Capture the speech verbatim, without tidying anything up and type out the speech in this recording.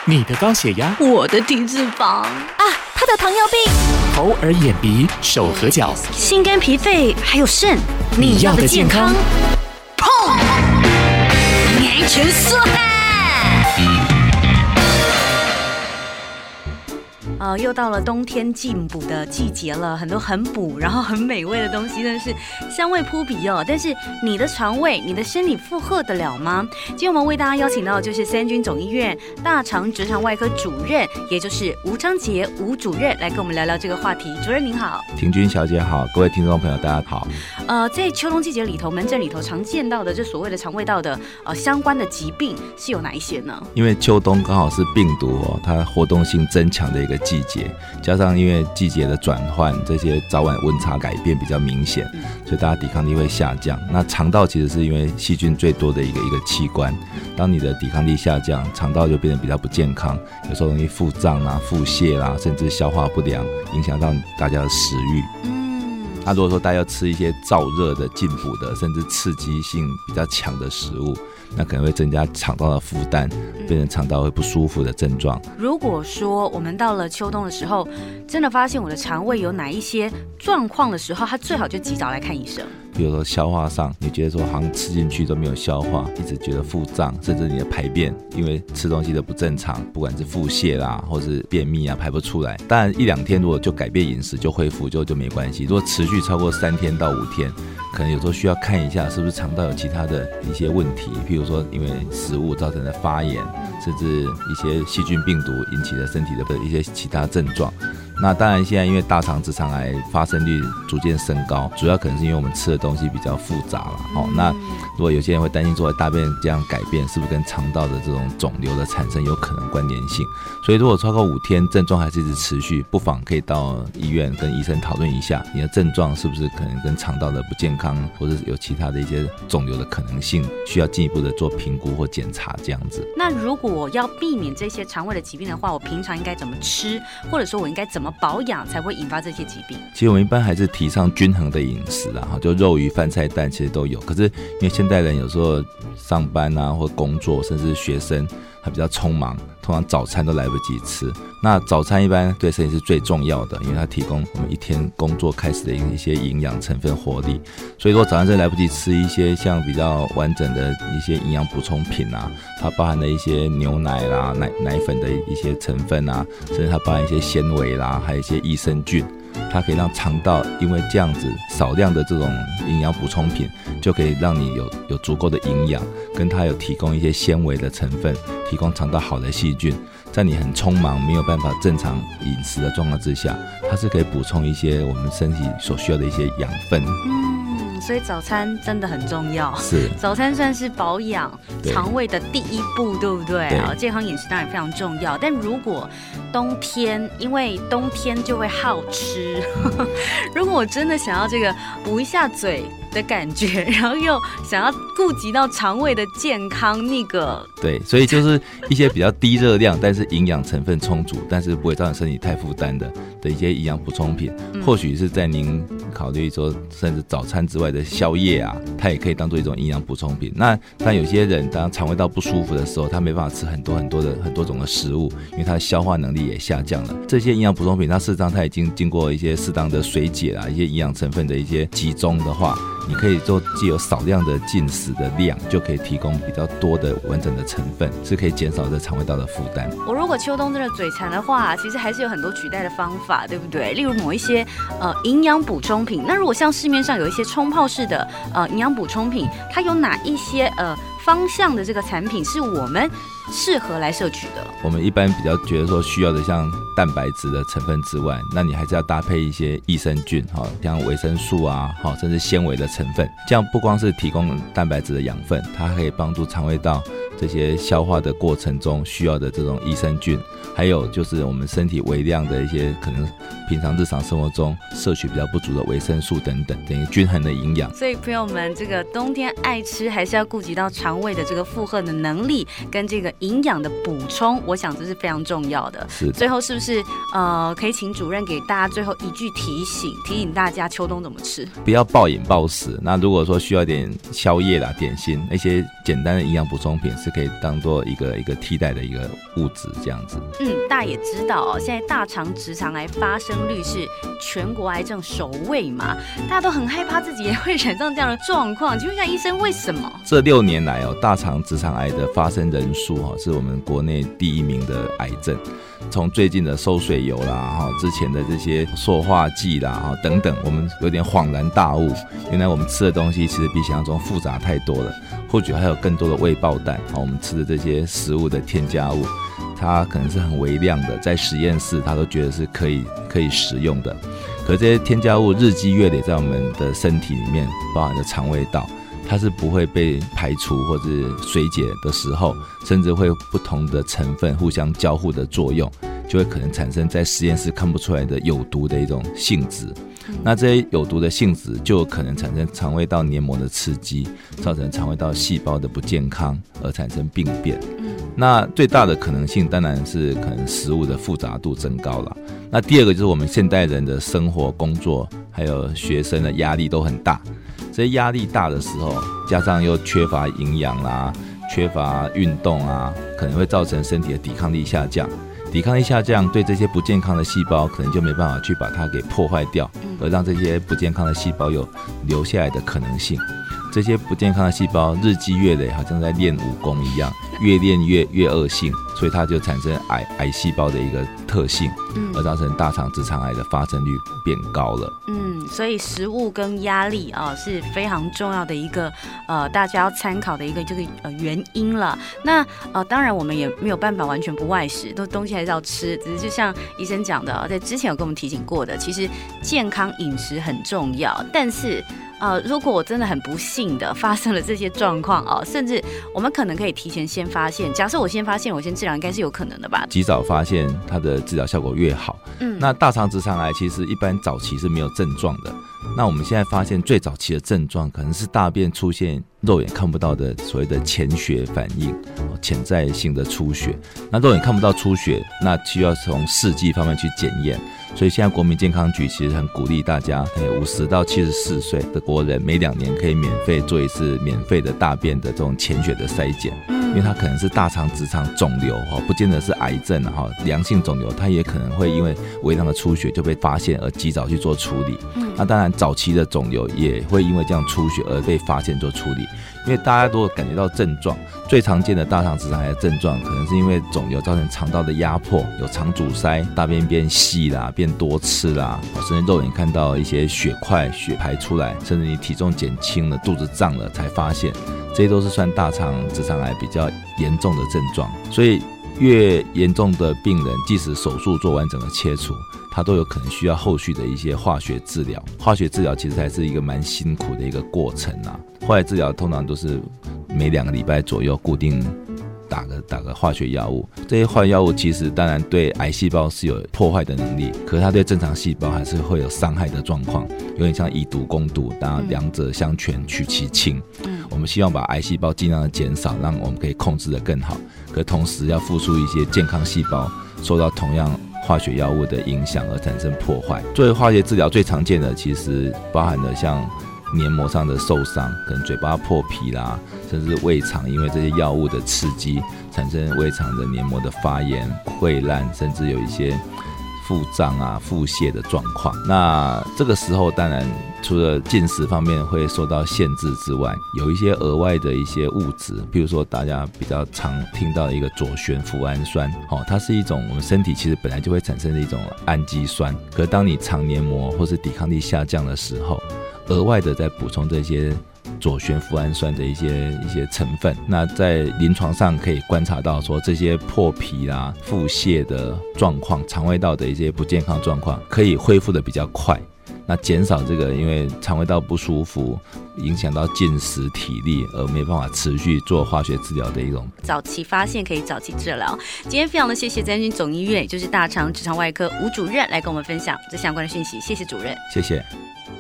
你的高血压， 我的低脂肪啊， 他的糖尿病， 头耳眼鼻手和脚， 心肝脾肺还有肾，你要的健康，砰！安全梭哈。呃，又到了冬天进补的季节了，很多很补然后很美味的东西，真的是香味扑鼻哦。但是你的肠胃、你的身体负荷得了吗？今天我们为大家邀请到的就是三军总医院大肠直肠外科主任，也就是吴昌杰吴主任，来跟我们聊聊这个话题。主任您好。 婷君小姐好，各位听众朋友大家好。 呃，在秋冬季节里头，门诊里头常见到的这所谓的肠胃道的呃相关的疾病是有哪一些呢？因为秋冬刚好是病毒哦，它活动性增强的一个季节，加上因为季节的转换，这些早晚温差改变比较明显，所以大家抵抗力会下降。那肠道其实是因为细菌最多的一个一个器官，当你的抵抗力下降，肠道就变得比较不健康，有时候容易腹胀啊、腹泻啦、啊，甚至消化不良，影响到大家的食欲。那如果说大家要吃一些燥热的、进补的，甚至刺激性比较强的食物，那可能会增加肠道的负担，变成肠道会不舒服的症状。 如果说我们到了秋冬的时候，真的发现我的肠胃有哪一些状况的时候，他最好就及早来看医生。 比如说消化上，你觉得说好像吃进去都没有消化，一直觉得腹胀，甚至你的排便因为吃东西的不正常，不管是腹泻啦，或是便秘啊，排不出来。当然一两天如果就改变饮食就恢复就就没关系。如果持续超过三天到五天，可能有时候需要看一下是不是肠道有其他的一些问题，譬如说因为食物造成的发炎，甚至一些细菌病毒引起的身体的一些其他症状。那当然现在因为大肠直肠癌发生率逐渐升高，主要可能是因为我们吃的东西比较复杂了、哦、那如果有些人会担心说大便这样改变是不是跟肠道的这种肿瘤的产生有可能关联性，所以如果超过五天症状还是一直持续，不妨可以到医院跟医生讨论一下你的症状是不是可能跟肠道的不健康或者有其他的一些肿瘤的可能性，需要进一步的做评估或检查这样子。 那如果我要避免这些肠胃的疾病的话，我平常应该怎么吃，或者说我应该怎么保养才会引发这些疾病？ 其实我们一般还是提倡均衡的饮食啦，就肉鱼饭菜蛋其实都有，可是因为现代人有时候上班啊或工作，甚至学生还比较匆忙，通常早餐都来不及吃。那早餐一般对身体是最重要的，因为它提供我们一天工作开始的一些营养成分活力。所以如果早餐真的来不及吃一些像比较完整的一些营养补充品啊，它包含了一些牛奶啦、奶奶粉的一些成分啊，甚至它包含一些纤维啦，还有一些益生菌。它可以让肠道因为这样子少量的这种营养补充品，就可以让你有有足够的营养，跟它有提供一些纤维的成分，提供肠道好的细菌，在你很匆忙没有办法正常饮食的状况之下，它是可以补充一些我们身体所需要的一些养分。 嗯，所以早餐真的很重要。 是， 早餐算是保养肠胃的第一步，对不对？对，健康饮食当然非常重要。但如果冬天，因为冬天就会好吃，如果我真的想要这个补一下嘴的感觉，然后又想要顾及到肠胃的健康，那个对，所以就是一些比较低热量，但是营养成分充足，但是不会造成身体太负担的的一些营养补充品，嗯、或许是在您考虑说，甚至早餐之外的宵夜啊，它也可以当做一种营养补充品。那但有些人当肠胃道不舒服的时候，他没办法吃很多很多的很多种的食物，因为他的消化能力也下降了。这些营养补充品，它事实上它已经经过一些适当的水解啊，一些营养成分的一些集中的话，你可以做既有少量的进食的量，就可以提供比较多的完整的成分，是可以减少这肠胃道的负担。 我如果秋冬真的嘴馋的话，其实还是有很多取代的方法，对不对？例如某一些呃营养补充品。那如果像市面上有一些冲泡式的呃营养补充品，它有哪一些呃方向的这个产品是我们适合来摄取的？ 我们一般比较觉得说需要的像蛋白质的成分之外，那你还是要搭配一些益生菌，像维生素啊，甚至纤维的成分。这样不光是提供蛋白质的养分，它可以帮助肠胃道这些消化的过程中需要的这种益生菌，还有就是我们身体微量的一些可能平常日常生活中摄取比较不足的维生素等等，等于均衡的营养。 所以朋友们，这个冬天爱吃还是要顾及到肠胃的这个负荷的能力跟这个营养的补充，我想这是非常重要的。 是的。 最后是不是呃可以请主任给大家最后一句提醒，提醒大家秋冬怎么吃？ 不要暴饮暴食。那如果说需要点宵夜啦、点心，那些简单的营养补充品， 是可以当做一个一个替代的一个物质这样子。 嗯，大家也知道哦，现在大肠直肠癌发生率是全国癌症首位嘛，大家都很害怕自己也会染上这样的状况。请问一下医生，为什么？ 这六年来哦，大肠直肠癌的发生人数哈，是我们国内第一名的癌症。从最近的收水油啦，之前的这些塑化剂啦等等，我们有点恍然大悟，原来我们吃的东西其实比想象中复杂太多了。或许还有更多的未爆弹，我们吃的这些食物的添加物，它可能是很微量的，在实验室它都觉得是可以可以食用的，可这些添加物日积月累在我们的身体里面，包含着肠胃道，它是不会被排除或者水解的时候，甚至会不同的成分互相交互的作用，就会可能产生在实验室看不出来的有毒的一种性质。那这些有毒的性质就有可能产生肠胃道黏膜的刺激，造成肠胃道细胞的不健康，而产生病变。那最大的可能性当然是可能食物的复杂度增高了。那第二个就是我们现代人的生活、工作还有学生的压力都很大，这些压力大的时候，加上又缺乏营养啦，缺乏运动啊，可能会造成身体的抵抗力下降。抵抗力下降，对这些不健康的细胞可能就没办法去把它给破坏掉，而让这些不健康的细胞有留下来的可能性。这些不健康的细胞日积月累，好像在练武功一样，越练越越恶性，所以它就产生癌癌细胞的一个特性，而造成大肠直肠癌的发生率变高了。 嗯，所以食物跟压力啊、呃、是非常重要的一个呃大家要参考的一个这个呃原因了。那呃当然我们也没有办法完全不外食，都东西还是要吃，只是就像医生讲的，在之前有跟我们提醒过的，其实健康饮食很重要，但是。呃，如果我真的很不幸的发生了这些状况哦，甚至我们可能可以提前先发现。假设我先发现，我先治疗，应该是有可能的吧？ 及早发现，它的治疗效果越好。嗯，那大肠直肠癌其实一般早期是没有症状的。那我们现在发现最早期的症状可能是大便出现肉眼看不到的所谓的潜血反应，潜在性的出血。那肉眼看不到出血，那需要从试剂方面去检验。所以现在国民健康局其实很鼓励大家，五十到七十四岁的国人每两年可以免费做一次免费的大便的这种潜血的筛检，因为它可能是大肠直肠肿瘤，不见得是癌症，良性肿瘤它也可能会因为微量的出血就被发现而及早去做处理。那当然早期的肿瘤也会因为这样出血而被发现做处理。因为大家如果感觉到症状，最常见的大肠直肠癌的症状可能是因为肿瘤造成肠道的压迫，有肠阻塞，大便变细啦，变多次啦，甚至肉眼看到一些血块血排出来，甚至你体重减轻了，肚子胀了才发现，这些都是算大肠直肠癌比较严重的症状。所以越严重的病人，即使手术做完整个切除，它都有可能需要后续的一些化学治疗。化学治疗其实还是一个蛮辛苦的一个过程啊。化学治疗通常都是每两个礼拜左右固定打个打个化学药物，这些化学药物其实当然对癌细胞是有破坏的能力，可是它对正常细胞还是会有伤害的状况，有点像以毒攻毒，当然两者相权取其轻。我们希望把癌细胞尽量的减少，让我们可以控制得更好，可同时要付出一些健康细胞受到同样化学药物的影响而产生破坏。作为化学治疗最常见的，其实包含了像黏膜上的受伤，可能嘴巴破皮啦，甚至胃肠因为这些药物的刺激产生胃肠的黏膜的发炎、溃烂，甚至有一些腹胀啊、腹泻的状况。那这个时候当然除了进食方面会受到限制之外，有一些额外的一些物质，比如说大家比较常听到的一个左旋脯氨酸、哦、它是一种我们身体其实本来就会产生的一种氨基酸，可是当你肠黏膜或是抵抗力下降的时候，额外的再补充这些左旋脯氨酸的一些一些成分。那在临床上可以观察到说，这些破皮啦、腹泻的状况、肠胃道的一些不健康状况可以恢复的比较快。那减少这个因为肠胃道不舒服影响到进食体力而没办法持续做化学治疗的一种早期发现可以早期治疗。今天非常的谢谢三军总医院也就是大肠直肠外科吴主任来跟我们分享这相关的讯息，谢谢主任。 谢谢。